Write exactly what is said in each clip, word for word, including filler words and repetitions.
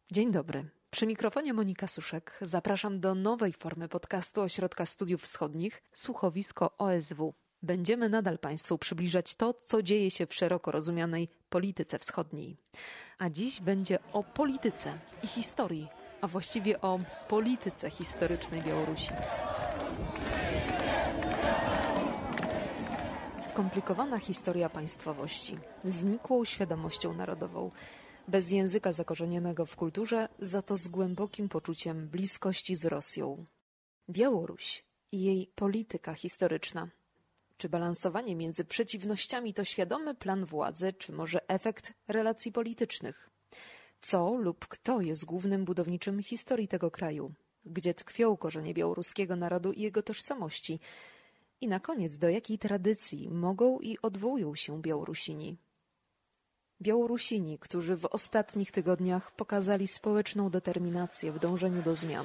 Dzień dobry. Przy mikrofonie Monika Suszek. Zapraszam do nowej formy podcastu Ośrodka Studiów Wschodnich Słuchowisko O S W. Będziemy nadal Państwu przybliżać to, co dzieje się w szeroko rozumianej polityce wschodniej. A dziś będzie o polityce i historii, a właściwie o polityce historycznej Białorusi. Skomplikowana historia państwowości, znikłą świadomością narodową, bez języka zakorzenionego w kulturze, za to z głębokim poczuciem bliskości z Rosją. Białoruś i jej polityka historyczna. Czy balansowanie między przeciwnościami to świadomy plan władzy, czy może efekt relacji politycznych? Co lub kto jest głównym budowniczym historii tego kraju? Gdzie tkwią korzenie białoruskiego narodu i jego tożsamości? I na koniec, do jakiej tradycji mogą i odwołują się Białorusini? Białorusini, którzy w ostatnich tygodniach pokazali społeczną determinację w dążeniu do zmian.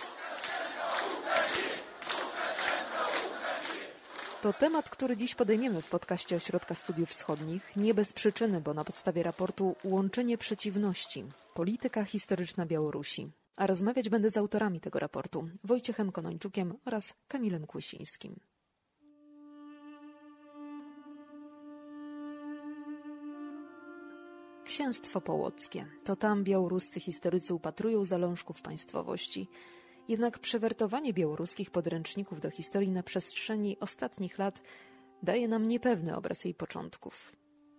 To temat, który dziś podejmiemy w podcaście Ośrodka Studiów Wschodnich, nie bez przyczyny, bo na podstawie raportu Łączenie przeciwności. Polityka historyczna Białorusi. A rozmawiać będę z autorami tego raportu, Wojciechem Konończukiem oraz Kamilem Kłysińskim. Księstwo Połockie. To tam białoruscy historycy upatrują zalążków państwowości. Jednak przewertowanie białoruskich podręczników do historii na przestrzeni ostatnich lat daje nam niepewny obraz jej początków.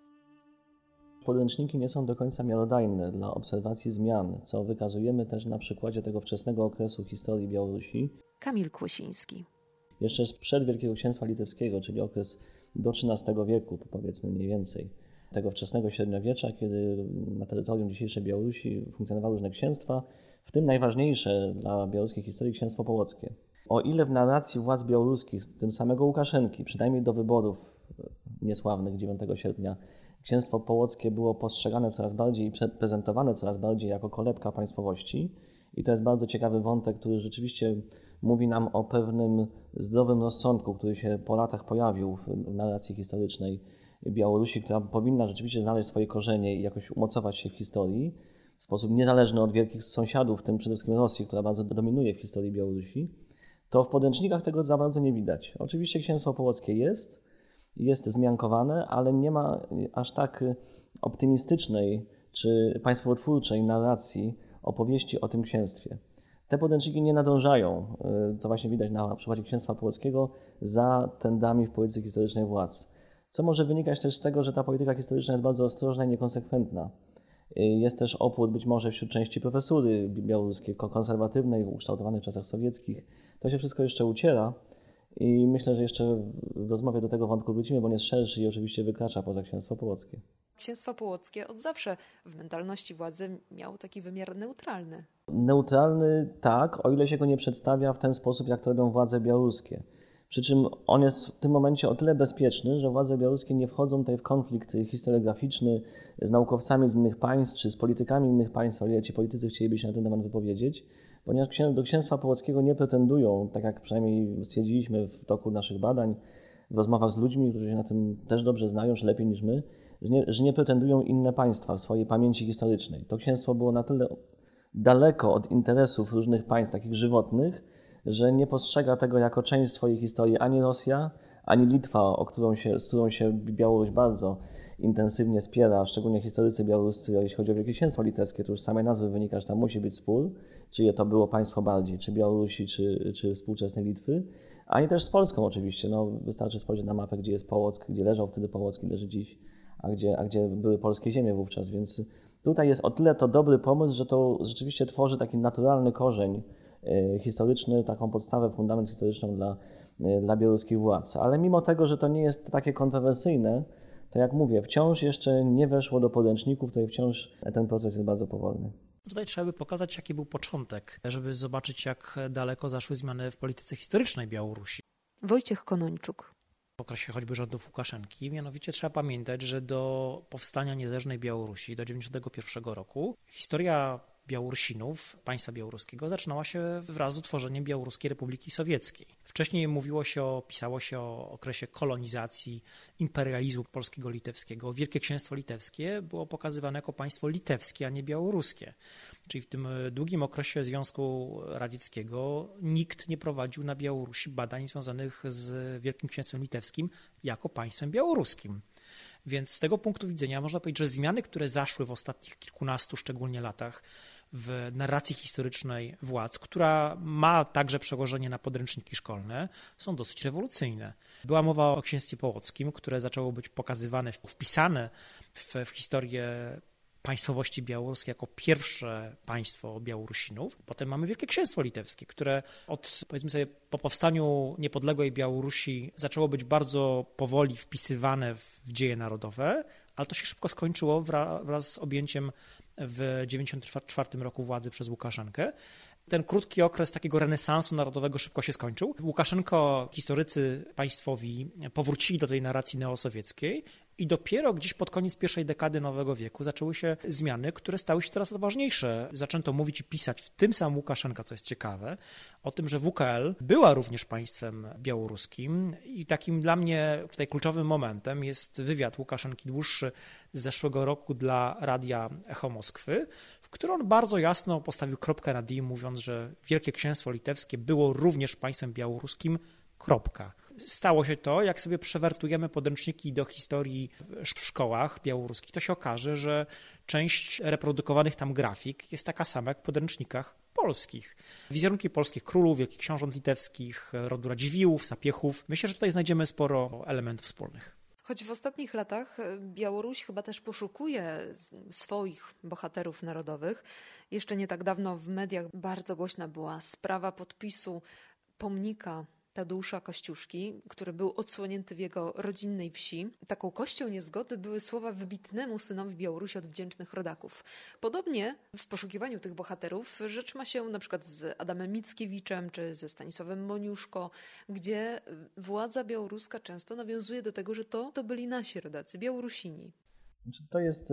Podręczniki nie są do końca miarodajne dla obserwacji zmian, co wykazujemy też na przykładzie tego wczesnego okresu historii Białorusi. Kamil Kłysiński. Jeszcze sprzed Wielkiego Księstwa Litewskiego, czyli okres do trzynastego wieku, powiedzmy mniej więcej, tego wczesnego średniowiecza, kiedy na terytorium dzisiejszej Białorusi funkcjonowały różne księstwa, w tym najważniejsze dla białoruskiej historii księstwo połockie. O ile w narracji władz białoruskich, w tym samego Łukaszenki, przynajmniej do wyborów niesławnych dziewiątego sierpnia, księstwo połockie było postrzegane coraz bardziej i prezentowane coraz bardziej jako kolebka państwowości. I to jest bardzo ciekawy wątek, który rzeczywiście mówi nam o pewnym zdrowym rozsądku, który się po latach pojawił w narracji historycznej Białorusi, która powinna rzeczywiście znaleźć swoje korzenie i jakoś umocować się w historii w sposób niezależny od wielkich sąsiadów, w tym przede wszystkim Rosji, która bardzo dominuje w historii Białorusi, to w podręcznikach tego za bardzo nie widać. Oczywiście księstwo połockie jest, jest zmiankowane, ale nie ma aż tak optymistycznej czy państwotwórczej narracji opowieści o tym księstwie. Te podręczniki nie nadążają, co właśnie widać na przykładzie księstwa połockiego, za trendami w polityce historycznej władz. Co może wynikać też z tego, że ta polityka historyczna jest bardzo ostrożna i niekonsekwentna. Jest też opór być może wśród części profesury białoruskiej, konserwatywnej, ukształtowanej w czasach sowieckich. To się wszystko jeszcze uciera i myślę, że jeszcze w rozmowie do tego wątku wrócimy, bo on jest szerszy i oczywiście wykracza poza księstwo połockie. Księstwo połockie od zawsze w mentalności władzy miało taki wymiar neutralny. Neutralny tak, o ile się go nie przedstawia w ten sposób, jak to robią władze białoruskie. Przy czym on jest w tym momencie o tyle bezpieczny, że władze białoruskie nie wchodzą tutaj w konflikt historiograficzny z naukowcami z innych państw, czy z politykami innych państw, o ile ci politycy chcieliby się na ten temat wypowiedzieć, ponieważ do księstwa połockiego nie pretendują, tak jak przynajmniej stwierdziliśmy w toku naszych badań, w rozmowach z ludźmi, którzy się na tym też dobrze znają, czy lepiej niż my, że nie, że nie pretendują inne państwa w swojej pamięci historycznej. To księstwo było na tyle daleko od interesów różnych państw, takich żywotnych, że nie postrzega tego jako część swojej historii ani Rosja, ani Litwa, o którą się, z którą się Białoruś bardzo intensywnie spiera, szczególnie historycy białoruscy, jeśli chodzi o Wielkie Księstwo Litewskie, to już z samej nazwy wynika, że tam musi być spór, czyje to było państwo bardziej, czy Białorusi, czy, czy współczesnej Litwy, ani też z Polską oczywiście. No, wystarczy spojrzeć na mapę, gdzie jest Połock, gdzie leżał wtedy Połock, leży dziś, a gdzie, a gdzie były polskie ziemie wówczas, więc tutaj jest o tyle to dobry pomysł, że to rzeczywiście tworzy taki naturalny korzeń historyczny, taką podstawę, fundament historyczną dla, dla białoruskich władz. Ale mimo tego, że to nie jest takie kontrowersyjne, to jak mówię, wciąż jeszcze nie weszło do podręczników, to wciąż ten proces jest bardzo powolny. Tutaj trzeba by pokazać, jaki był początek, żeby zobaczyć, jak daleko zaszły zmiany w polityce historycznej Białorusi. Wojciech Konończuk. W okresie choćby rządów Łukaszenki, mianowicie trzeba pamiętać, że do powstania niezależnej Białorusi do dziewięćdziesiątego pierwszego roku historia Białorusinów, państwa białoruskiego, zaczynała się wraz z utworzeniem Białoruskiej Republiki Sowieckiej. Wcześniej mówiło się, o, pisało się o okresie kolonizacji, imperializmu polskiego-litewskiego. Wielkie Księstwo Litewskie było pokazywane jako państwo litewskie, a nie białoruskie. Czyli w tym długim okresie Związku Radzieckiego nikt nie prowadził na Białorusi badań związanych z Wielkim Księstwem Litewskim jako państwem białoruskim. Więc z tego punktu widzenia można powiedzieć, że zmiany, które zaszły w ostatnich kilkunastu szczególnie latach w narracji historycznej władz, która ma także przełożenie na podręczniki szkolne, są dosyć rewolucyjne. Była mowa o księstwie połockim, które zaczęło być pokazywane, wpisane w, w historię państwowości białoruskiej jako pierwsze państwo Białorusinów. Potem mamy Wielkie Księstwo Litewskie, które od, powiedzmy sobie, po powstaniu niepodległej Białorusi zaczęło być bardzo powoli wpisywane w dzieje narodowe, ale to się szybko skończyło wraz z objęciem w dziewięćdziesiątym czwartym roku władzy przez Łukaszenkę. Ten krótki okres takiego renesansu narodowego szybko się skończył. Łukaszenko, historycy państwowi powrócili do tej narracji neosowieckiej i dopiero gdzieś pod koniec pierwszej dekady nowego wieku zaczęły się zmiany, które stały się coraz ważniejsze. Zaczęto mówić i pisać w tym samym Łukaszenka, co jest ciekawe, o tym, że W K L była również państwem białoruskim i takim dla mnie tutaj kluczowym momentem jest wywiad Łukaszenki dłuższy z zeszłego roku dla Radia Echo Moskwy, w którym on bardzo jasno postawił kropkę nad i, mówiąc, że Wielkie Księstwo Litewskie było również państwem białoruskim, kropka. Stało się to, jak sobie przewertujemy podręczniki do historii w szkołach białoruskich, to się okaże, że część reprodukowanych tam grafik jest taka sama jak w podręcznikach polskich. Wizerunki polskich królów, wielkich książąt litewskich, rodu Radziwiłłów, Sapiechów. Myślę, że tutaj znajdziemy sporo elementów wspólnych. Choć w ostatnich latach Białoruś chyba też poszukuje swoich bohaterów narodowych. Jeszcze nie tak dawno w mediach bardzo głośna była sprawa podpisu pomnika Tadeusza Kościuszki, który był odsłonięty w jego rodzinnej wsi. Taką kością niezgody były słowa wybitnemu synowi Białorusi od wdzięcznych rodaków. Podobnie w poszukiwaniu tych bohaterów rzecz ma się na przykład z Adamem Mickiewiczem czy ze Stanisławem Moniuszko, gdzie władza białoruska często nawiązuje do tego, że to, to byli nasi rodacy, Białorusini. To jest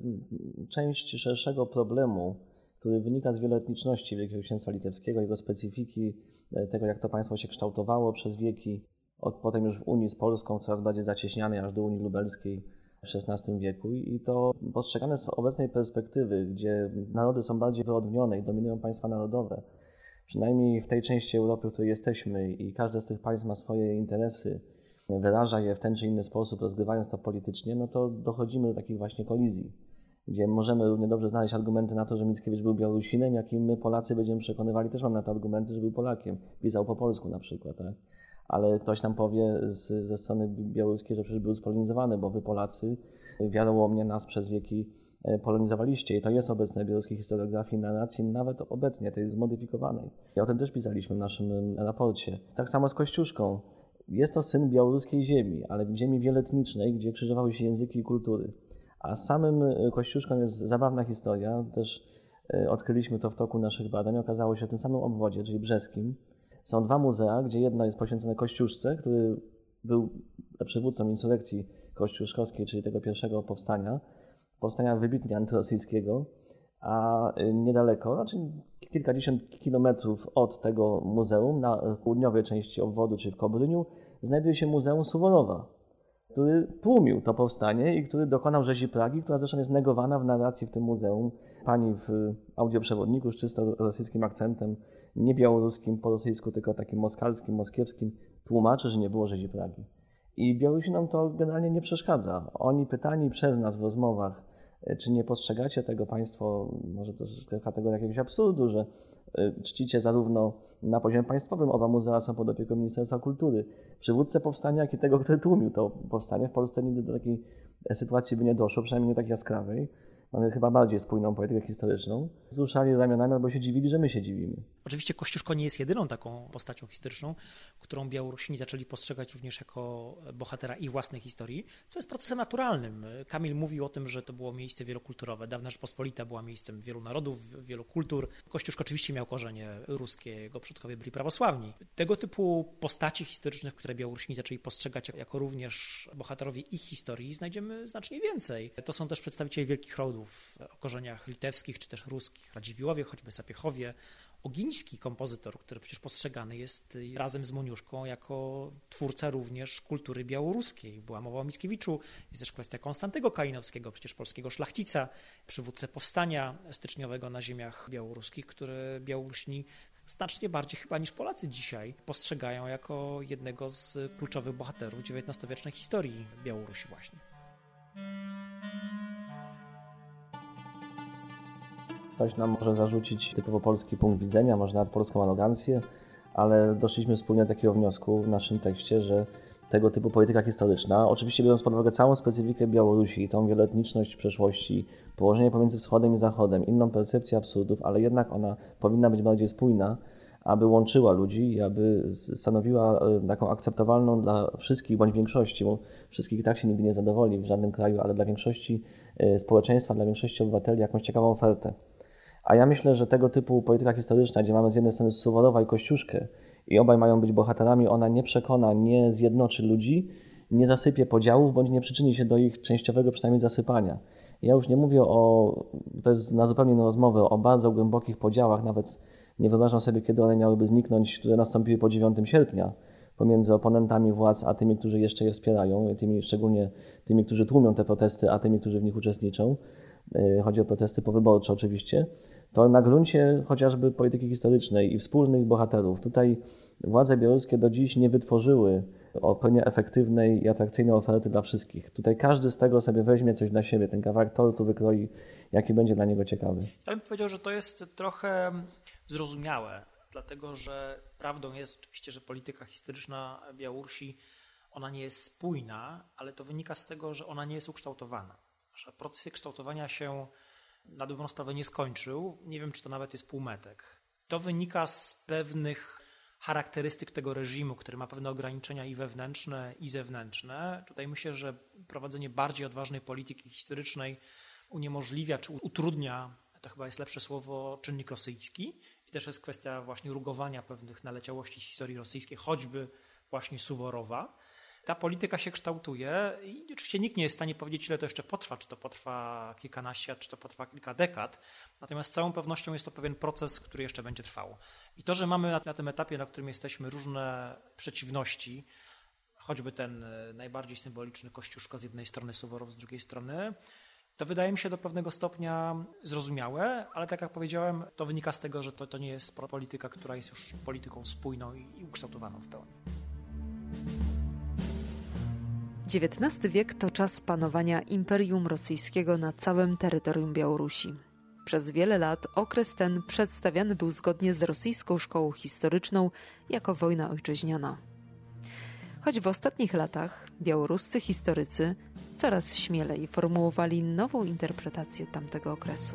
część szerszego problemu, który wynika z wieloetniczności Wielkiego Księstwa Litewskiego, jego specyfiki, tego jak to państwo się kształtowało przez wieki, od potem już w Unii z Polską, coraz bardziej zacieśnianej aż do Unii Lubelskiej w szesnastym wieku. I to postrzegane z obecnej perspektywy, gdzie narody są bardziej wyodrębnione i dominują państwa narodowe, przynajmniej w tej części Europy, w której jesteśmy i każde z tych państw ma swoje interesy, wyraża je w ten czy inny sposób, rozgrywając to politycznie, no to dochodzimy do takich właśnie kolizji, gdzie możemy równie dobrze znaleźć argumenty na to, że Mickiewicz był Białorusinem, jak i my Polacy będziemy przekonywali, też mam na to argumenty, że był Polakiem. Pisał po polsku na przykład, tak? Ale ktoś nam powie z, ze strony białoruskiej, że przecież był spolonizowany, bo wy Polacy wiarołomnie nas przez wieki polonizowaliście. I to jest obecne w białoruskiej historiografii narracji, nawet obecnie, tej zmodyfikowanej. I o tym też pisaliśmy w naszym raporcie. Tak samo z Kościuszką. Jest to syn białoruskiej ziemi, ale w ziemi wieloetnicznej, gdzie krzyżowały się języki i kultury. A samym Kościuszką jest zabawna historia, też odkryliśmy to w toku naszych badań. Okazało się, że w tym samym obwodzie, czyli brzeskim, są dwa muzea, gdzie jedno jest poświęcone Kościuszce, który był przywódcą insurekcji kościuszkowskiej, czyli tego pierwszego powstania, powstania wybitnie antyrosyjskiego, a niedaleko, znaczy kilkadziesiąt kilometrów od tego muzeum, na południowej części obwodu, czyli w Kobryniu, znajduje się Muzeum Suworowa, który tłumił to powstanie i który dokonał rzezi Pragi, która zresztą jest negowana w narracji w tym muzeum. Pani w audioprzewodniku z czysto rosyjskim akcentem, nie białoruskim po rosyjsku, tylko takim moskalskim, moskiewskim, tłumaczy, że nie było rzezi Pragi. I Białorusinom to generalnie nie przeszkadza. Oni pytani przez nas w rozmowach, czy nie postrzegacie tego państwo, może to kategoria jakiegoś absurdu, że czcicie zarówno na poziomie państwowym, oba muzea są pod opieką Ministerstwa Kultury, przywódcę powstania, jak i tego, który tłumił to powstanie. W Polsce nigdy do takiej sytuacji by nie doszło, przynajmniej nie tak jaskrawej. Mamy chyba bardziej spójną politykę historyczną. Wzruszali ramionami albo się dziwili, że my się dziwimy. Oczywiście Kościuszko nie jest jedyną taką postacią historyczną, którą Białorusini zaczęli postrzegać również jako bohatera ich własnej historii, co jest procesem naturalnym. Kamil mówił o tym, że to było miejsce wielokulturowe. Dawna Rzeczpospolita była miejscem wielu narodów, wielu kultur. Kościuszko oczywiście miał korzenie ruskie, jego przodkowie byli prawosławni. Tego typu postaci historycznych, które Białorusini zaczęli postrzegać jako również bohaterowie ich historii, znajdziemy znacznie więcej. To są też przedstawiciele wielkich rodów o korzeniach litewskich czy też ruskich. Radziwiłłowie, choćby Sapiechowie, Ogiński, kompozytor, który przecież postrzegany jest razem z Moniuszką jako twórca również kultury białoruskiej. Była mowa o Mickiewiczu, jest też kwestia Konstantego Kalinowskiego, przecież polskiego szlachcica, przywódcę powstania styczniowego na ziemiach białoruskich, który Białorusini znacznie bardziej chyba niż Polacy dzisiaj postrzegają jako jednego z kluczowych bohaterów dziewiętnastowiecznej historii Białorusi właśnie. Ktoś nam może zarzucić typowo polski punkt widzenia, może nawet polską arogancję, ale doszliśmy wspólnie do takiego wniosku w naszym tekście, że tego typu polityka historyczna, oczywiście biorąc pod uwagę całą specyfikę Białorusi, tą wieloetniczność przeszłości, położenie pomiędzy wschodem i zachodem, inną percepcję absurdów, ale jednak ona powinna być bardziej spójna, aby łączyła ludzi i aby stanowiła taką akceptowalną dla wszystkich bądź większości, bo wszystkich i tak się nigdy nie zadowoli w żadnym kraju, ale dla większości społeczeństwa, dla większości obywateli jakąś ciekawą ofertę. A ja myślę, że tego typu polityka historyczna, gdzie mamy z jednej strony Suworowa i Kościuszkę i obaj mają być bohaterami, ona nie przekona, nie zjednoczy ludzi, nie zasypie podziałów, bądź nie przyczyni się do ich częściowego przynajmniej zasypania. Ja już nie mówię o, to jest na zupełnie inną rozmowę, o bardzo głębokich podziałach, nawet nie wyobrażam sobie, kiedy one miałyby zniknąć, które nastąpiły po dziewiątego sierpnia, pomiędzy oponentami władz, a tymi, którzy jeszcze je wspierają, tymi, szczególnie tymi, którzy tłumią te protesty, a tymi, którzy w nich uczestniczą. Chodzi o protesty powyborcze oczywiście, to na gruncie chociażby polityki historycznej i wspólnych bohaterów. Tutaj władze białoruskie do dziś nie wytworzyły odpowiednio efektywnej i atrakcyjnej oferty dla wszystkich. Tutaj każdy z tego sobie weźmie coś dla siebie, ten kawałek tortu wykroi, jaki będzie dla niego ciekawy. Ja bym powiedział, że to jest trochę zrozumiałe, dlatego że prawdą jest oczywiście, że polityka historyczna Białorusi, ona nie jest spójna, ale to wynika z tego, że ona nie jest ukształtowana. Że proces kształtowania się na dobrą sprawę nie skończył. Nie wiem, czy to nawet jest półmetek. To wynika z pewnych charakterystyk tego reżimu, który ma pewne ograniczenia i wewnętrzne, i zewnętrzne. Tutaj myślę, że prowadzenie bardziej odważnej polityki historycznej uniemożliwia czy utrudnia, to chyba jest lepsze słowo, czynnik rosyjski. I też jest kwestia właśnie rugowania pewnych naleciałości z historii rosyjskiej, choćby właśnie Suworowa. Ta polityka się kształtuje i oczywiście nikt nie jest w stanie powiedzieć, ile to jeszcze potrwa, czy to potrwa kilkanaście, czy to potrwa kilka dekad. Natomiast z całą pewnością jest to pewien proces, który jeszcze będzie trwał. I to, że mamy na, na tym etapie, na którym jesteśmy, różne przeciwności, choćby ten najbardziej symboliczny Kościuszko z jednej strony, Suworow z drugiej strony, to wydaje mi się do pewnego stopnia zrozumiałe, ale tak jak powiedziałem, to wynika z tego, że to, to nie jest polityka, która jest już polityką spójną i, i ukształtowaną w pełni. dziewiętnasty wiek to czas panowania Imperium Rosyjskiego na całym terytorium Białorusi. Przez wiele lat okres ten przedstawiany był zgodnie z rosyjską szkołą historyczną jako wojna ojczyźniana. Choć w ostatnich latach białoruscy historycy coraz śmielej formułowali nową interpretację tamtego okresu.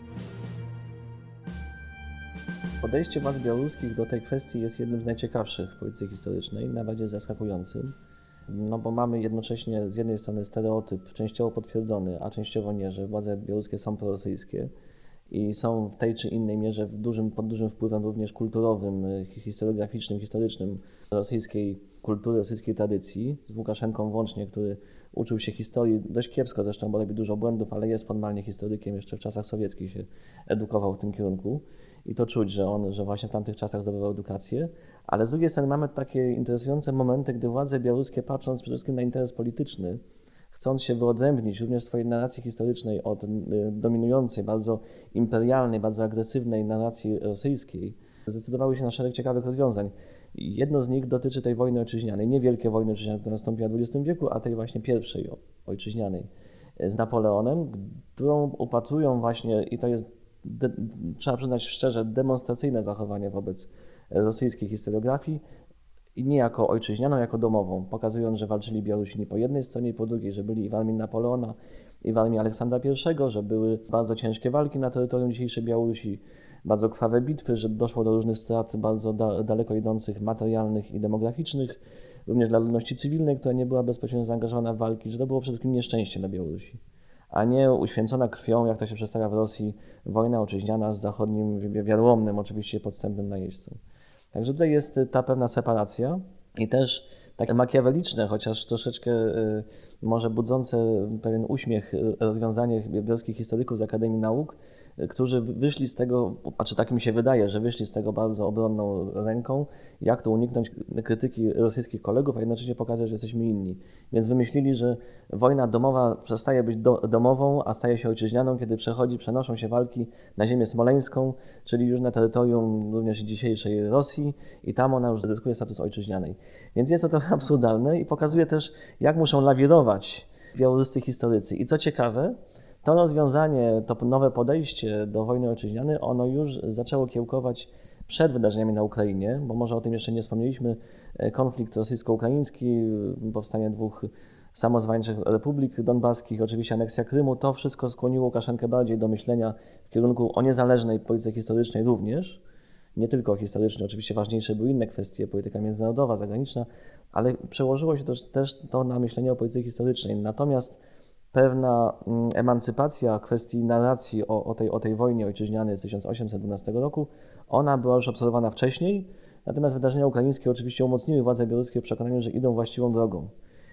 Podejście władz białoruskich do tej kwestii jest jednym z najciekawszych w polityce historycznej, najbardziej zaskakującym. No bo mamy jednocześnie z jednej strony stereotyp częściowo potwierdzony, a częściowo nie, że władze białoruskie są prorosyjskie i są w tej czy innej mierze w dużym, pod dużym wpływem również kulturowym, historiograficznym, historycznym rosyjskiej kultury, rosyjskiej tradycji, z Łukaszenką włącznie, który uczył się historii dość kiepsko zresztą, bo robi dużo błędów, ale jest formalnie historykiem, jeszcze w czasach sowieckich się edukował w tym kierunku. I to czuć, że on, że właśnie w tamtych czasach zdobywał edukację. Ale z drugiej strony mamy takie interesujące momenty, gdy władze białoruskie, patrząc przede wszystkim na interes polityczny, chcąc się wyodrębnić również w swojej narracji historycznej od dominującej, bardzo imperialnej, bardzo agresywnej narracji rosyjskiej, zdecydowały się na szereg ciekawych rozwiązań. Jedno z nich dotyczy tej wojny ojczyźnianej, nie wielkiej wojny ojczyźnianej, która nastąpiła w dwudziestym wieku, a tej właśnie pierwszej ojczyźnianej z Napoleonem, którą upatrują właśnie, i to jest, de, trzeba przyznać szczerze, demonstracyjne zachowanie wobec rosyjskiej historiografii, i nie jako ojczyźnianą, jako domową, pokazując, że walczyli Białorusini po jednej stronie i po drugiej, że byli i w armii Napoleona, i w armii Aleksandra pierwszego, że były bardzo ciężkie walki na terytorium dzisiejszej Białorusi, bardzo krwawe bitwy, że doszło do różnych strat bardzo da, daleko idących materialnych i demograficznych, również dla ludności cywilnej, która nie była bezpośrednio zaangażowana w walki, że to było przede wszystkim nieszczęście dla Białorusi, a nie uświęcona krwią, jak to się przedstawia w Rosji, wojna ojczyźniana z zachodnim, wiaryłomnym oczywiście podstępnym najeźdźcą. Także tutaj jest ta pewna separacja i też takie makiaweliczne, chociaż troszeczkę y, może budzące pewien uśmiech rozwiązanie białoruskich historyków z Akademii Nauk, którzy wyszli z tego, znaczy tak mi się wydaje, że wyszli z tego bardzo obronną ręką, jak to uniknąć krytyki rosyjskich kolegów, a jednocześnie pokazać, że jesteśmy inni. Więc wymyślili, że wojna domowa przestaje być do, domową, a staje się ojczyźnianą, kiedy przechodzi, przenoszą się walki na ziemię smoleńską, czyli już na terytorium również dzisiejszej Rosji i tam ona już zyskuje status ojczyźnianej. Więc jest to trochę absurdalne i pokazuje też, jak muszą lawirować białoruscy historycy. I co ciekawe, to rozwiązanie, to nowe podejście do wojny ojczyźnianej, ono już zaczęło kiełkować przed wydarzeniami na Ukrainie, bo może o tym jeszcze nie wspomnieliśmy, konflikt rosyjsko-ukraiński, powstanie dwóch samozwańczych republik donbaskich, oczywiście aneksja Krymu, to wszystko skłoniło Łukaszenkę bardziej do myślenia w kierunku o niezależnej polityce historycznej również, nie tylko historycznej, oczywiście ważniejsze były inne kwestie, polityka międzynarodowa, zagraniczna, ale przełożyło się to też to na myślenie o polityce historycznej. Natomiast pewna emancypacja kwestii narracji o, o, tej, o tej wojnie ojczyźnianej z tysiąc osiemset dwunastego roku, ona była już obserwowana wcześniej, natomiast wydarzenia ukraińskie oczywiście umocniły władze białoruskie w przekonaniu, że idą właściwą drogą.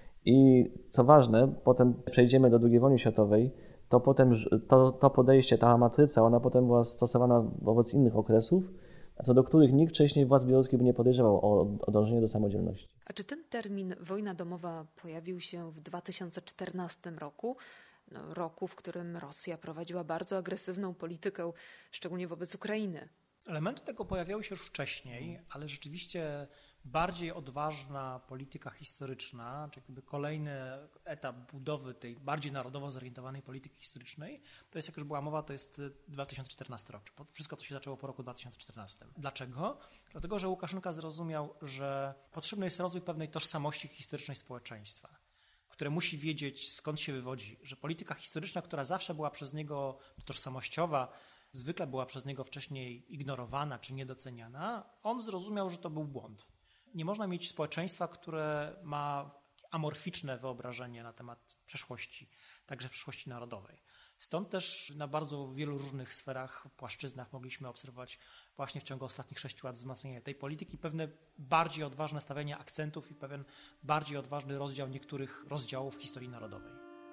I co ważne, potem przejdziemy do drugiej wojny światowej, to potem to, to podejście, ta matryca, ona potem była stosowana wobec innych okresów, co do których nikt wcześniej władz białoruskich by nie podejrzewał o, o dążenie do samodzielności. A czy ten termin wojna domowa pojawił się w dwa tysiące czternastym roku? No, roku, w którym Rosja prowadziła bardzo agresywną politykę, szczególnie wobec Ukrainy. Elementy tego pojawiały się już wcześniej, ale rzeczywiście bardziej odważna polityka historyczna, czyli jakby kolejny etap budowy tej bardziej narodowo zorientowanej polityki historycznej, to jest, jak już była mowa, to jest dwa tysiące czternasty rok. Wszystko to się zaczęło po roku dwa tysiące czternastym. Dlaczego? Dlatego, że Łukaszenka zrozumiał, że potrzebny jest rozwój pewnej tożsamości historycznej społeczeństwa, które musi wiedzieć, skąd się wywodzi, że polityka historyczna, która zawsze była przez niego tożsamościowa, zwykle była przez niego wcześniej ignorowana czy niedoceniana, on zrozumiał, że to był błąd. Nie można mieć społeczeństwa, które ma amorficzne wyobrażenie na temat przeszłości, także przeszłości narodowej. Stąd też na bardzo wielu różnych sferach, płaszczyznach mogliśmy obserwować właśnie w ciągu ostatnich sześciu lat wzmacnianie tej polityki, pewne bardziej odważne stawianie akcentów i pewien bardziej odważny rozdział niektórych rozdziałów historii narodowej.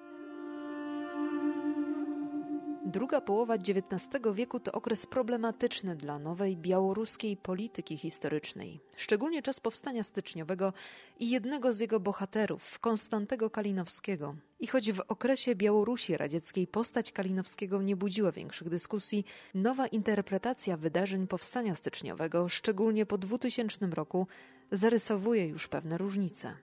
Druga połowa dziewiętnastego wieku to okres problematyczny dla nowej białoruskiej polityki historycznej. Szczególnie czas powstania styczniowego i jednego z jego bohaterów, Konstantego Kalinowskiego. I choć w okresie Białorusi radzieckiej postać Kalinowskiego nie budziła większych dyskusji, nowa interpretacja wydarzeń powstania styczniowego, szczególnie po dwutysięcznym roku, zarysowuje już pewne różnice.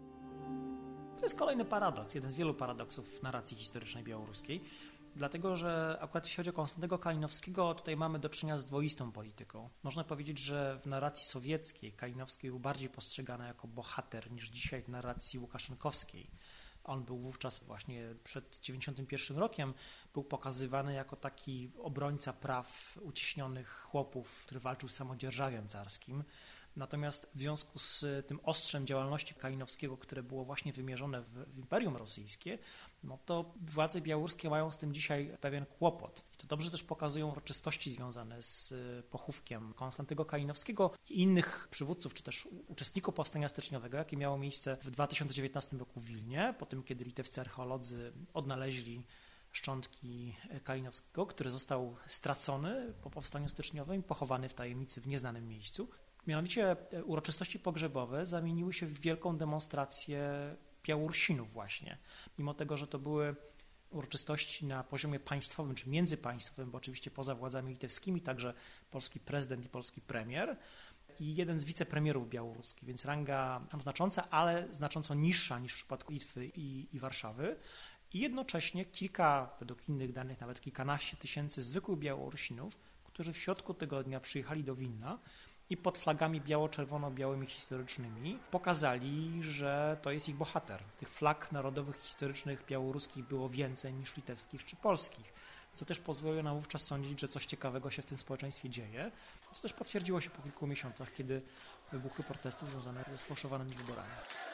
To jest kolejny paradoks, jeden z wielu paradoksów w narracji historycznej białoruskiej. Dlatego, że akurat jeśli chodzi o Konstantego Kalinowskiego, tutaj mamy do czynienia z dwoistą polityką. Można powiedzieć, że w narracji sowieckiej Kalinowski był bardziej postrzegany jako bohater niż dzisiaj w narracji łukaszenkowskiej. On był wówczas właśnie przed dziewięćdziesiątym pierwszym rokiem, był pokazywany jako taki obrońca praw uciśnionych chłopów, który walczył z samodzierżawiem carskim. Natomiast w związku z tym ostrzem działalności Kalinowskiego, które było właśnie wymierzone w, w Imperium Rosyjskie, no to władze białoruskie mają z tym dzisiaj pewien kłopot. I to dobrze też pokazują uroczystości związane z pochówkiem Konstantego Kalinowskiego i innych przywódców, czy też uczestników powstania styczniowego, jakie miało miejsce w dwa tysiące dziewiętnastym roku w Wilnie, po tym, kiedy litewscy archeolodzy odnaleźli szczątki Kalinowskiego, który został stracony po powstaniu styczniowym i pochowany w tajemnicy w nieznanym miejscu. Mianowicie uroczystości pogrzebowe zamieniły się w wielką demonstrację Białorusinów właśnie. Mimo tego, że to były uroczystości na poziomie państwowym czy międzypaństwowym, bo oczywiście poza władzami litewskimi, także polski prezydent i polski premier i jeden z wicepremierów białoruskich, więc ranga tam znacząca, ale znacząco niższa niż w przypadku Litwy i, i Warszawy. I jednocześnie kilka, według innych danych nawet kilkanaście tysięcy zwykłych Białorusinów, którzy w środku tego dnia przyjechali do Wilna i pod flagami biało-czerwono-białymi historycznymi pokazali, że to jest ich bohater. Tych flag narodowych historycznych białoruskich było więcej niż litewskich czy polskich. co też pozwoliło nam wówczas sądzić, że coś ciekawego się w tym społeczeństwie dzieje, co też potwierdziło się po kilku miesiącach, kiedy wybuchły protesty związane ze sfałszowanymi wyborami.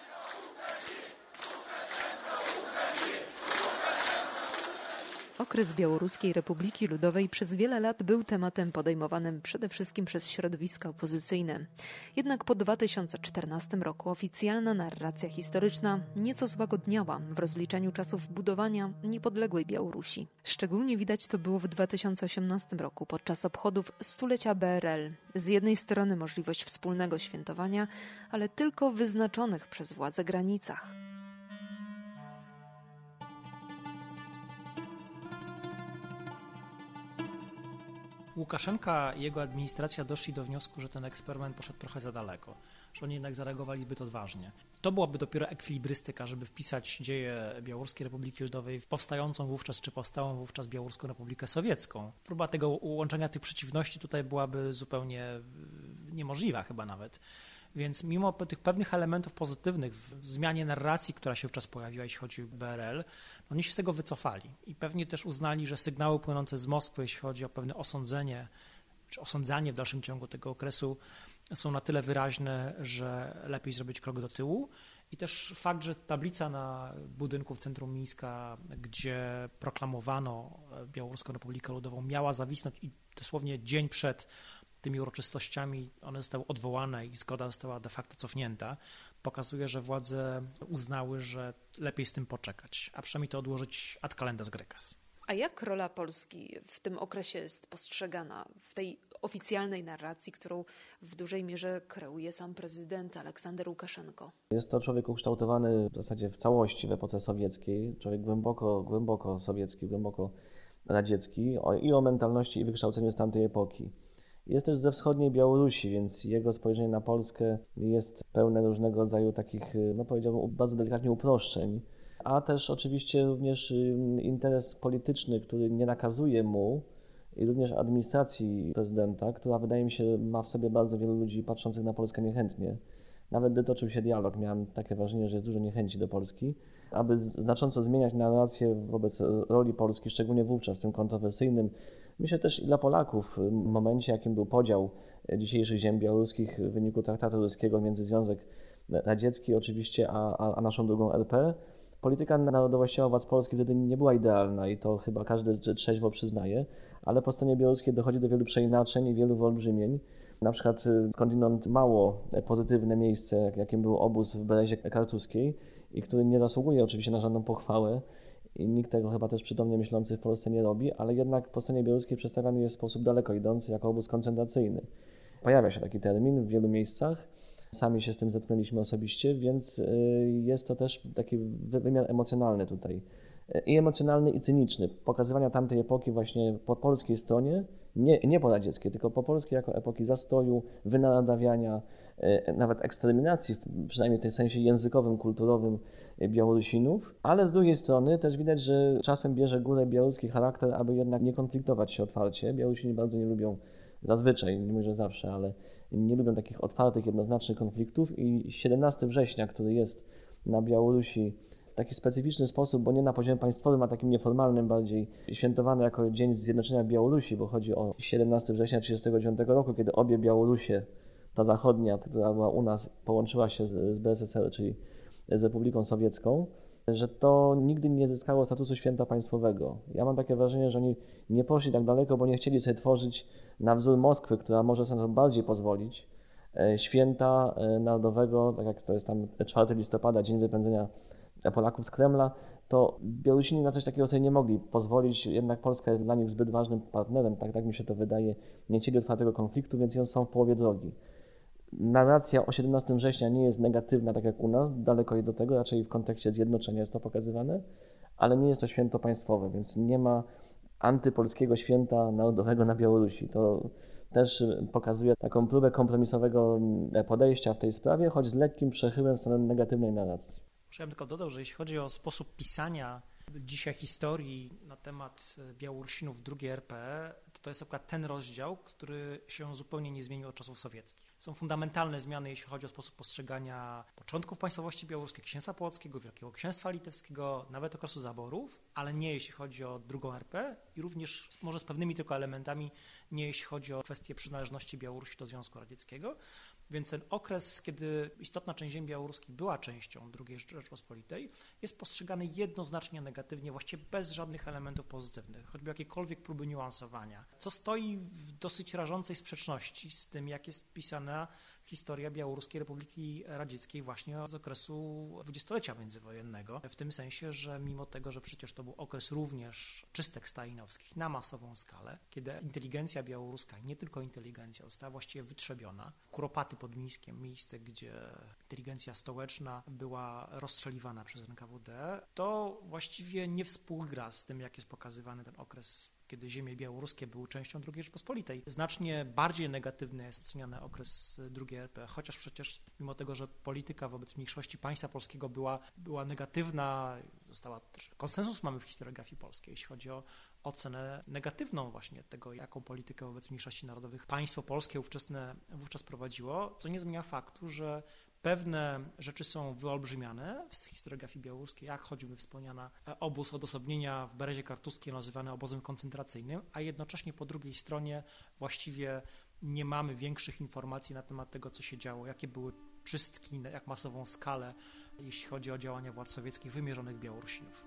Okres Białoruskiej Republiki Ludowej przez wiele lat był tematem podejmowanym przede wszystkim przez środowiska opozycyjne. Jednak po dwa tysiące czternastym roku oficjalna narracja historyczna nieco złagodniała w rozliczeniu czasów budowania niepodległej Białorusi. Szczególnie widać to było w dwa tysiące osiemnastym roku podczas obchodów stulecia B R L. Z jednej strony możliwość wspólnego świętowania, ale tylko w wyznaczonych przez władze granicach. Łukaszenka i jego administracja doszli do wniosku, że ten eksperyment poszedł trochę za daleko, że oni jednak zareagowali zbyt odważnie. To byłaby dopiero ekwilibrystyka, żeby wpisać dzieje Białoruskiej Republiki Ludowej w powstającą wówczas, czy powstałą wówczas Białoruską Republikę Sowiecką. Próba tego ułączenia tych przeciwności tutaj byłaby zupełnie niemożliwa chyba nawet. Więc mimo tych pewnych elementów pozytywnych w zmianie narracji, która się wówczas pojawiła, jeśli chodzi o B R L, oni się z tego wycofali i pewnie też uznali, że sygnały płynące z Moskwy, jeśli chodzi o pewne osądzenie, czy osądzanie w dalszym ciągu tego okresu, są na tyle wyraźne, że lepiej zrobić krok do tyłu. I też fakt, że tablica na budynku w centrum Mińska, gdzie proklamowano Białoruską Republikę Ludową, miała zawisnąć i dosłownie dzień przed tymi uroczystościami one zostały odwołane i zgoda została de facto cofnięta, pokazuje, że władze uznały, że lepiej z tym poczekać, a przynajmniej to odłożyć ad calendas grecas. A jak rola Polski w tym okresie jest postrzegana w tej oficjalnej narracji, którą w dużej mierze kreuje sam prezydent Aleksander Łukaszenko? Jest to człowiek ukształtowany w zasadzie w całości w epoce sowieckiej, człowiek głęboko, głęboko sowiecki, głęboko radziecki i o mentalności i wykształceniu z tamtej epoki. Jest też ze wschodniej Białorusi, więc jego spojrzenie na Polskę jest pełne różnego rodzaju takich, no powiedziałbym, bardzo delikatnie uproszczeń, a też oczywiście również interes polityczny, który nie nakazuje mu i również administracji prezydenta, która wydaje mi się ma w sobie bardzo wielu ludzi patrzących na Polskę niechętnie. Nawet gdy toczył się dialog, miałem takie wrażenie, że jest dużo niechęci do Polski, aby znacząco zmieniać narrację wobec roli Polski, szczególnie wówczas, w tym kontrowersyjnym, myślę też i dla Polaków, w momencie, jakim był podział dzisiejszych ziem białoruskich w wyniku traktatu ruskiego między Związek Radziecki oczywiście, a, a, a naszą drugą R P, polityka narodowościowa władz Polski wtedy nie była idealna i to chyba każdy trzeźwo przyznaje, ale po stronie białoruskiej dochodzi do wielu przeinaczeń i wielu wyolbrzymień. Na przykład skądinąd mało pozytywne miejsce, jakim był obóz w Berezie Kartuskiej i który nie zasługuje oczywiście na żadną pochwałę i nikt tego chyba też przytomnie myślący w Polsce nie robi, ale jednak po stronie białoruskiej przedstawiany jest w sposób daleko idący jako obóz koncentracyjny. Pojawia się taki termin w wielu miejscach, sami się z tym zetknęliśmy osobiście, więc jest to też taki wymiar emocjonalny tutaj. I emocjonalny, i cyniczny. Pokazywania tamtej epoki właśnie po polskiej stronie, nie, nie po radzieckiej, tylko po polskiej jako epoki zastoju, wynaradawiania, nawet eksterminacji, przynajmniej w tym sensie językowym, kulturowym Białorusinów, ale z drugiej strony też widać, że czasem bierze górę białoruski charakter, aby jednak nie konfliktować się otwarcie. Białorusini bardzo nie lubią, zazwyczaj, nie mówię, że zawsze, ale nie lubią takich otwartych, jednoznacznych konfliktów i siedemnastego września, który jest na Białorusi w taki specyficzny sposób, bo nie na poziomie państwowym, a takim nieformalnym bardziej, świętowany jako Dzień Zjednoczenia Białorusi, bo chodzi o siedemnastego września tysiąc dziewięćset trzydziestego dziewiątego roku, kiedy obie Białorusie, ta zachodnia, która była u nas, połączyła się z, z B S S R, czyli z Republiką Sowiecką, że to nigdy nie zyskało statusu święta państwowego. Ja mam takie wrażenie, że oni nie poszli tak daleko, bo nie chcieli sobie tworzyć na wzór Moskwy, która może sobie bardziej pozwolić, święta narodowego, tak jak to jest tam czwartego listopada, dzień wypędzenia Polaków z Kremla, to Białorusini na coś takiego sobie nie mogli pozwolić, jednak Polska jest dla nich zbyt ważnym partnerem, tak, tak mi się to wydaje, nie chcieli otwartego konfliktu, więc oni są w połowie drogi. Narracja o siedemnastego września nie jest negatywna, tak jak u nas, daleko jej do tego, raczej w kontekście zjednoczenia jest to pokazywane, ale nie jest to święto państwowe, więc nie ma antypolskiego święta narodowego na Białorusi. To też pokazuje taką próbę kompromisowego podejścia w tej sprawie, choć z lekkim przechyłem w stronę negatywnej narracji. Ja bym tylko dodał, że jeśli chodzi o sposób pisania dzisiaj historii na temat Białorusinów w drugiej R P, to to jest akurat ten rozdział, który się zupełnie nie zmienił od czasów sowieckich. Są fundamentalne zmiany, jeśli chodzi o sposób postrzegania początków państwowości białoruskiej, Księstwa Płockiego, Wielkiego Księstwa Litewskiego, nawet okresu zaborów, ale nie jeśli chodzi o drugą R P i również może z pewnymi tylko elementami, nie jeśli chodzi o kwestię przynależności Białorusi do Związku Radzieckiego. Więc ten okres, kiedy istotna część ziem białoruskich była częścią drugiej Rzeczpospolitej, jest postrzegany jednoznacznie negatywnie, właściwie bez żadnych elementów pozytywnych, choćby jakiekolwiek próby niuansowania, co stoi w dosyć rażącej sprzeczności z tym, jak jest pisana historia Białoruskiej Republiki Radzieckiej właśnie z okresu dwudziestolecia międzywojennego, w tym sensie, że mimo tego, że przecież to był okres również czystek stalinowskich na masową skalę, kiedy inteligencja białoruska, nie tylko inteligencja, została właściwie wytrzebiona, Kuropaty pod Mińskiem, miejsce, gdzie inteligencja stołeczna była rozstrzeliwana przez N K W D, to właściwie nie współgra z tym, jak jest pokazywany ten okres, kiedy ziemie białoruskie były częścią drugiej Rzeczpospolitej. Znacznie bardziej negatywny jest oceniany okres drugiej R P, chociaż przecież mimo tego, że polityka wobec mniejszości państwa polskiego była, była negatywna, została też, konsensus mamy w historiografii polskiej, jeśli chodzi o ocenę negatywną właśnie tego, jaką politykę wobec mniejszości narodowych państwo polskie ówczesne wówczas prowadziło, co nie zmienia faktu, że pewne rzeczy są wyolbrzymiane w historiografii białoruskiej, jak choćby wspomniana obóz odosobnienia w Berezie Kartuskim nazywany obozem koncentracyjnym, a jednocześnie po drugiej stronie właściwie nie mamy większych informacji na temat tego, co się działo, jakie były czystki, na jak masową skalę, jeśli chodzi o działania władz sowieckich wymierzonych Białorusinów.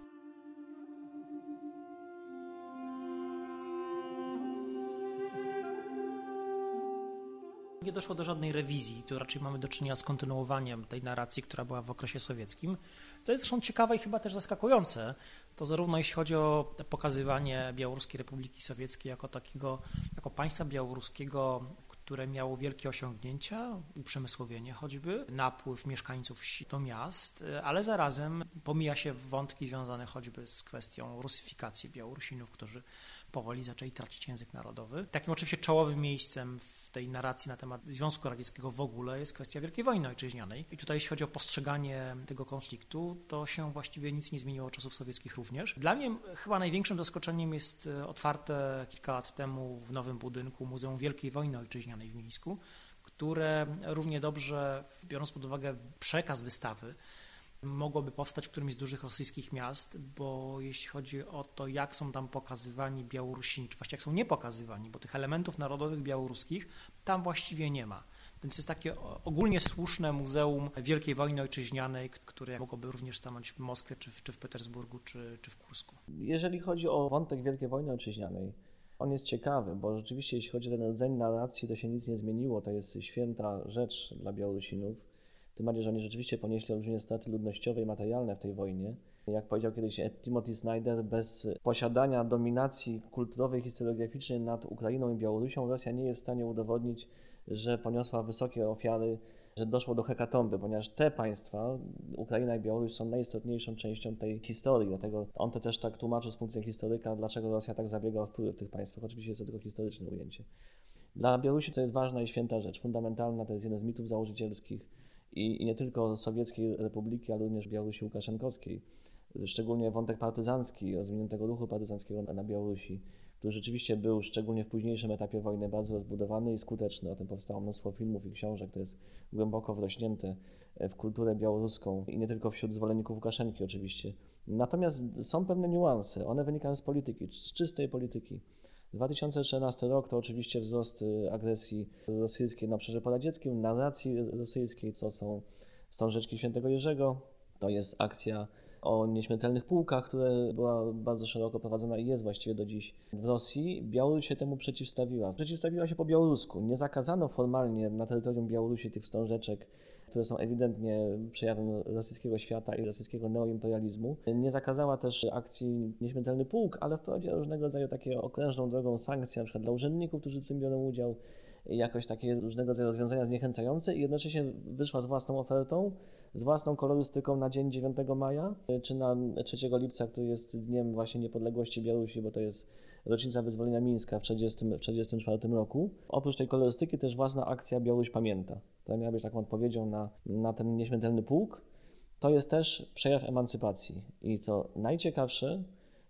Nie doszło do żadnej rewizji, tu raczej mamy do czynienia z kontynuowaniem tej narracji, która była w okresie sowieckim. To jest zresztą ciekawe i chyba też zaskakujące. To zarówno jeśli chodzi o pokazywanie Białoruskiej Republiki Sowieckiej jako takiego, jako państwa białoruskiego, które miało wielkie osiągnięcia, uprzemysłowienie choćby, napływ mieszkańców wsi do miast, ale zarazem pomija się wątki związane choćby z kwestią rusyfikacji Białorusinów, którzy powoli zaczęli tracić język narodowy. Takim oczywiście czołowym miejscem w tej narracji na temat Związku Radzieckiego w ogóle jest kwestia Wielkiej Wojny Ojczyźnianej. I tutaj jeśli chodzi o postrzeganie tego konfliktu, to się właściwie nic nie zmieniło od czasów sowieckich również. Dla mnie chyba największym zaskoczeniem jest otwarte kilka lat temu w nowym budynku Muzeum Wielkiej Wojny Ojczyźnianej w Mińsku, które równie dobrze, biorąc pod uwagę przekaz wystawy, mogłoby powstać w którymś z dużych rosyjskich miast, bo jeśli chodzi o to, jak są tam pokazywani Białorusini, czy właściwie jak są nie pokazywani, bo tych elementów narodowych białoruskich tam właściwie nie ma. Więc jest takie ogólnie słuszne Muzeum Wielkiej Wojny Ojczyźnianej, które mogłoby również stanąć w Moskwie, czy w, czy w Petersburgu, czy, czy w Kursku. Jeżeli chodzi o wątek Wielkiej Wojny Ojczyźnianej, on jest ciekawy, bo rzeczywiście jeśli chodzi o ten rdzeń narracji, to się nic nie zmieniło, to jest święta rzecz dla Białorusinów. Tym bardziej, że oni rzeczywiście ponieśli olbrzymie straty ludnościowe i materialne w tej wojnie. Jak powiedział kiedyś Timothy Snyder, bez posiadania dominacji kulturowej, historiograficznej nad Ukrainą i Białorusią Rosja nie jest w stanie udowodnić, że poniosła wysokie ofiary, że doszło do hekatomby, ponieważ te państwa, Ukraina i Białoruś, są najistotniejszą częścią tej historii. Dlatego on to też tak tłumaczył z punktu widzenia historyka, dlaczego Rosja tak zabiega o wpływ w tych państwach. Oczywiście jest to tylko historyczne ujęcie. Dla Białorusi to jest ważna i święta rzecz, fundamentalna, to jest jeden z mitów założycielskich i, i nie tylko Sowieckiej Republiki, ale również Białorusi Łukaszenkowskiej. Szczególnie wątek partyzancki, rozwiniętego ruchu partyzanckiego na Białorusi, który rzeczywiście był, szczególnie w późniejszym etapie wojny, bardzo rozbudowany i skuteczny. O tym powstało mnóstwo filmów i książek, to jest głęboko wrośnięte w kulturę białoruską i nie tylko wśród zwolenników Łukaszenki oczywiście. Natomiast są pewne niuanse, one wynikają z polityki, z czystej polityki. dwa tysiące trzynasty rok to oczywiście wzrost agresji rosyjskiej na obszarze poradzieckim, narracji rosyjskiej, co są wstążeczki Świętego Jerzego. To jest akcja o nieśmiertelnych pułkach, która była bardzo szeroko prowadzona i jest właściwie do dziś w Rosji. Białoruś się temu przeciwstawiła. Przeciwstawiła się po białorusku. Nie zakazano formalnie na terytorium Białorusi tych wstążeczek, które są ewidentnie przejawem rosyjskiego świata i rosyjskiego neoimperializmu. Nie zakazała też akcji Nieśmiertelny Pułk, ale wprowadziła różnego rodzaju takie okrężną drogą sankcje, na przykład dla urzędników, którzy w tym biorą udział, jakoś takie różnego rodzaju rozwiązania zniechęcające i jednocześnie wyszła z własną ofertą, z własną kolorystyką na dzień dziewiątego maja, czy na trzeciego lipca, który jest dniem właśnie niepodległości Białorusi, bo to jest rocznica wyzwolenia Mińska w tysiąc dziewięćset czterdziestym czwartym roku. Oprócz tej kolorystyki też własna akcja Białoruś Pamięta, która miała być taką odpowiedzią na, na ten nieśmiertelny pułk. To jest też przejaw emancypacji i co najciekawsze,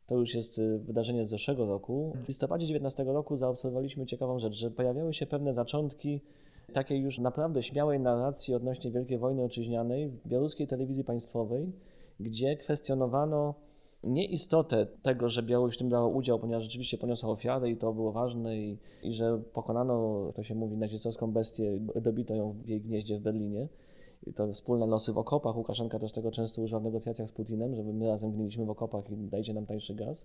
To już jest wydarzenie z zeszłego roku. W listopadzie dziewiętnastego roku zaobserwowaliśmy ciekawą rzecz, że pojawiały się pewne zaczątki takiej już naprawdę śmiałej narracji odnośnie Wielkiej Wojny Ojczyźnianej w białoruskiej telewizji państwowej, gdzie kwestionowano nie istotę tego, że Białoruś w tym brała udział, ponieważ rzeczywiście poniosła ofiarę i to było ważne i, i że pokonano, to się mówi, nazistowską bestię, dobito ją w jej gnieździe w Berlinie. I to wspólne losy w okopach. Łukaszenka też tego często używa w negocjacjach z Putinem, żeby my razem gniliśmy w okopach i dajcie nam tańszy gaz.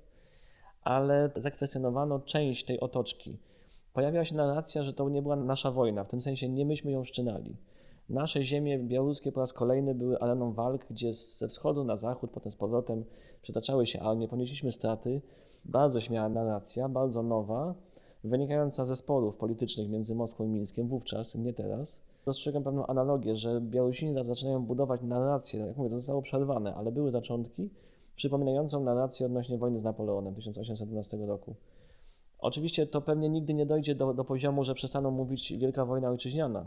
Ale zakwestionowano część tej otoczki. Pojawiała się narracja, że to nie była nasza wojna, w tym sensie nie myśmy ją wszczynali. Nasze ziemie białoruskie po raz kolejny były areną walk, gdzie ze wschodu na zachód, potem z powrotem przetaczały się armie, ponieśliśmy straty. Bardzo śmiała narracja, bardzo nowa, wynikająca ze sporów politycznych między Moskwą i Mińskiem wówczas, nie teraz. Dostrzegam pewną analogię, że Białorusini zaczynają budować narrację, jak mówię, to zostało przerwane, ale były zaczątki przypominającą narrację odnośnie wojny z Napoleonem tysiąc osiemset dwunastego roku. Oczywiście to pewnie nigdy nie dojdzie do, do poziomu, że przestaną mówić Wielka Wojna Ojczyźniana,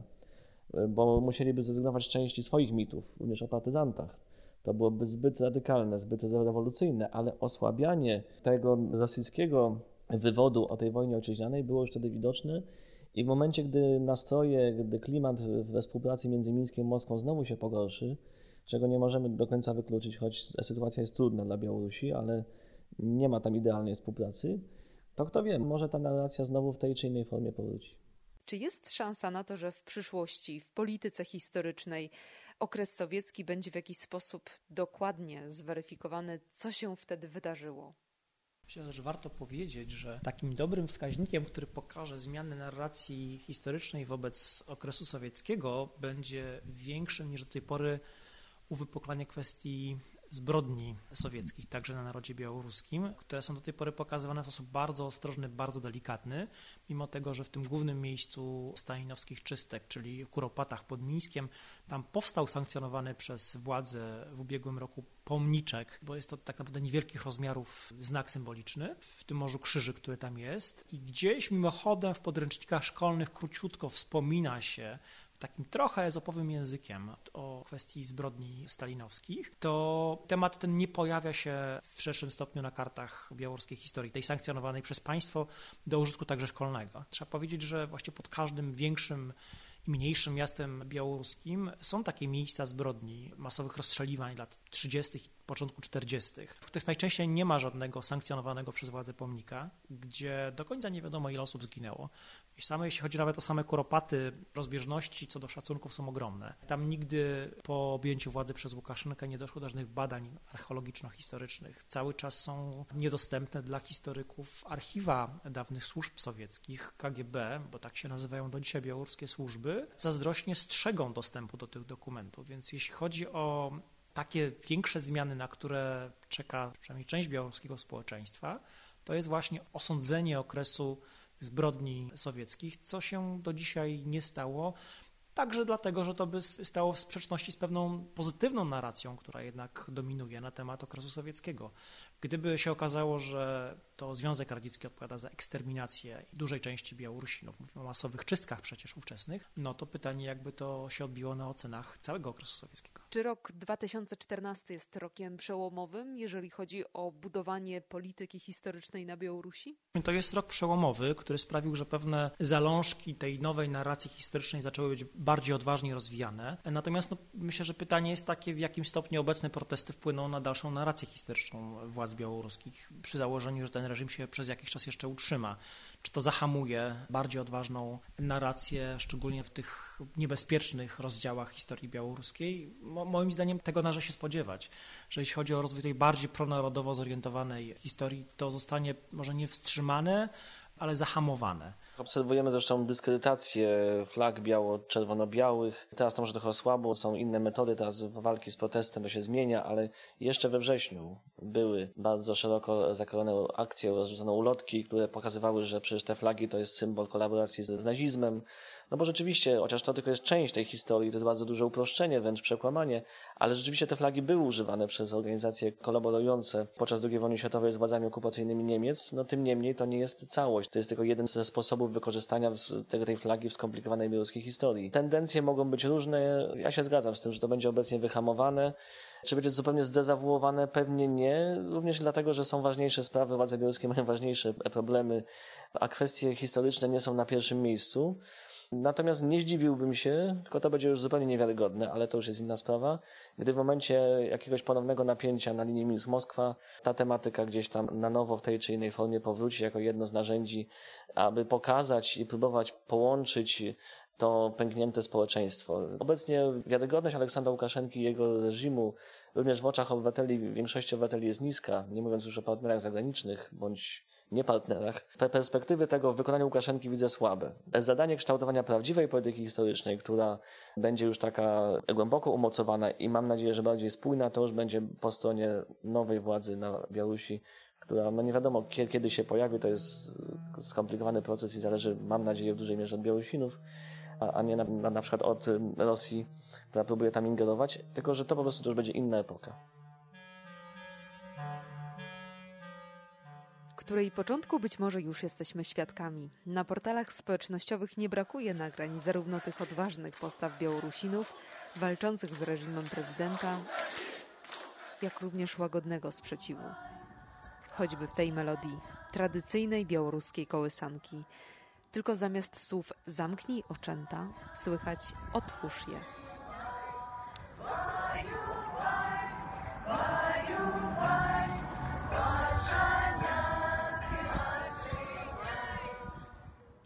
bo musieliby zrezygnować z części swoich mitów, również o partyzantach. To byłoby zbyt radykalne, zbyt rewolucyjne, ale osłabianie tego rosyjskiego wywodu o tej wojnie ojczyźnianej było już wtedy widoczne i w momencie, gdy nastroje, gdy klimat we współpracy między Mińskiem i Moskwą znowu się pogorszy, czego nie możemy do końca wykluczyć, choć sytuacja jest trudna dla Białorusi, ale nie ma tam idealnej współpracy, to kto wie, może ta narracja znowu w tej czy innej formie powróci. Czy jest szansa na to, że w przyszłości, w polityce historycznej okres sowiecki będzie w jakiś sposób dokładnie zweryfikowany, co się wtedy wydarzyło? Myślę, że warto powiedzieć, że takim dobrym wskaźnikiem, który pokaże zmianę narracji historycznej wobec okresu sowieckiego, będzie większym niż do tej pory uwypuklanie kwestii zbrodni sowieckich, także na narodzie białoruskim, które są do tej pory pokazywane w sposób bardzo ostrożny, bardzo delikatny, mimo tego, że w tym głównym miejscu stalinowskich czystek, czyli w Kuropatach pod Mińskiem, tam powstał sankcjonowany przez władze w ubiegłym roku pomniczek, bo jest to tak naprawdę niewielkich rozmiarów znak symboliczny w tym Morzu Krzyży, który tam jest i gdzieś mimochodem w podręcznikach szkolnych króciutko wspomina się takim trochę ezopowym językiem o kwestii zbrodni stalinowskich, to temat ten nie pojawia się w szerszym stopniu na kartach białoruskiej historii, tej sankcjonowanej przez państwo do użytku także szkolnego. Trzeba powiedzieć, że właśnie pod każdym większym i mniejszym miastem białoruskim są takie miejsca zbrodni, masowych rozstrzeliwań lat trzydziestych, początku czterdziestych, w których najczęściej nie ma żadnego sankcjonowanego przez władze pomnika, gdzie do końca nie wiadomo, ile osób zginęło. I same, jeśli chodzi nawet o same Kuropaty, rozbieżności co do szacunków są ogromne. Tam nigdy po objęciu władzy przez Łukaszenkę nie doszło do żadnych badań archeologiczno-historycznych. Cały czas są niedostępne dla historyków archiwa dawnych służb sowieckich, K G B, bo tak się nazywają do dzisiaj białoruskie służby, zazdrośnie strzegą dostępu do tych dokumentów. Więc jeśli chodzi o takie większe zmiany, na które czeka przynajmniej część białoruskiego społeczeństwa, to jest właśnie osądzenie okresu zbrodni sowieckich, co się do dzisiaj nie stało. Także dlatego, że to by stało w sprzeczności z pewną pozytywną narracją, która jednak dominuje na temat okresu sowieckiego. Gdyby się okazało, że to Związek Radziecki odpowiada za eksterminację dużej części Białorusinów, mówimy o masowych czystkach przecież ówczesnych, no to pytanie, jakby to się odbiło na ocenach całego okresu sowieckiego. Czy rok dwa tysiące czternasty jest rokiem przełomowym, jeżeli chodzi o budowanie polityki historycznej na Białorusi? To jest rok przełomowy, który sprawił, że pewne zalążki tej nowej narracji historycznej zaczęły być bardziej odważnie rozwijane. Natomiast no, myślę, że pytanie jest takie, w jakim stopniu obecne protesty wpłyną na dalszą narrację historyczną władz białoruskich, przy założeniu, że ten reżim się przez jakiś czas jeszcze utrzyma. Czy to zahamuje bardziej odważną narrację, szczególnie w tych niebezpiecznych rozdziałach historii białoruskiej? Mo, moim zdaniem tego należy się spodziewać, że jeśli chodzi o rozwój tej bardziej pronarodowo zorientowanej historii, to zostanie może nie wstrzymane, ale zahamowane. Obserwujemy zresztą dyskredytację flag biało-czerwono-białych. Teraz to może trochę osłabło, są inne metody teraz walki z protestem, to się zmienia, ale jeszcze we wrześniu były bardzo szeroko zakrojone akcje, rozrzucono ulotki, które pokazywały, że przecież te flagi to jest symbol kolaboracji z, z nazizmem. No bo rzeczywiście, chociaż to tylko jest część tej historii, to jest bardzo duże uproszczenie, wręcz przekłamanie, ale rzeczywiście te flagi były używane przez organizacje kolaborujące podczas drugiej wojny światowej z władzami okupacyjnymi Niemiec, no tym niemniej to nie jest całość. To jest tylko jeden ze sposobów wykorzystania tej flagi w skomplikowanej białoruskiej historii. Tendencje mogą być różne, ja się zgadzam z tym, że to będzie obecnie wyhamowane. Czy będzie zupełnie zdezawuowane? Pewnie nie. Również dlatego, że są ważniejsze sprawy, władze białoruskie mają ważniejsze problemy, a kwestie historyczne nie są na pierwszym miejscu. Natomiast nie zdziwiłbym się, tylko to będzie już zupełnie niewiarygodne, ale to już jest inna sprawa, gdy w momencie jakiegoś ponownego napięcia na linii Mińsk-Moskwa ta tematyka gdzieś tam na nowo w tej czy innej formie powróci jako jedno z narzędzi, aby pokazać i próbować połączyć to pęknięte społeczeństwo. Obecnie wiarygodność Aleksandra Łukaszenki i jego reżimu również w oczach obywateli, większości obywateli jest niska, nie mówiąc już o partnerach zagranicznych bądź nie partnerach. Te perspektywy tego w wykonaniu Łukaszenki widzę słabe. Zadanie kształtowania prawdziwej polityki historycznej, która będzie już taka głęboko umocowana i mam nadzieję, że bardziej spójna, to już będzie po stronie nowej władzy na Białorusi, która no nie wiadomo kiedy się pojawi, to jest skomplikowany proces i zależy, mam nadzieję, w dużej mierze od Białorusinów, a, a nie na, na, na przykład od Rosji, która próbuje tam ingerować, tylko że to po prostu to już będzie inna epoka. Której początku być może już jesteśmy świadkami. Na portalach społecznościowych nie brakuje nagrań zarówno tych odważnych postaw Białorusinów, walczących z reżimem prezydenta, jak również łagodnego sprzeciwu. Choćby w tej melodii, tradycyjnej białoruskiej kołysanki. Tylko zamiast słów zamknij oczęta, słychać otwórz je.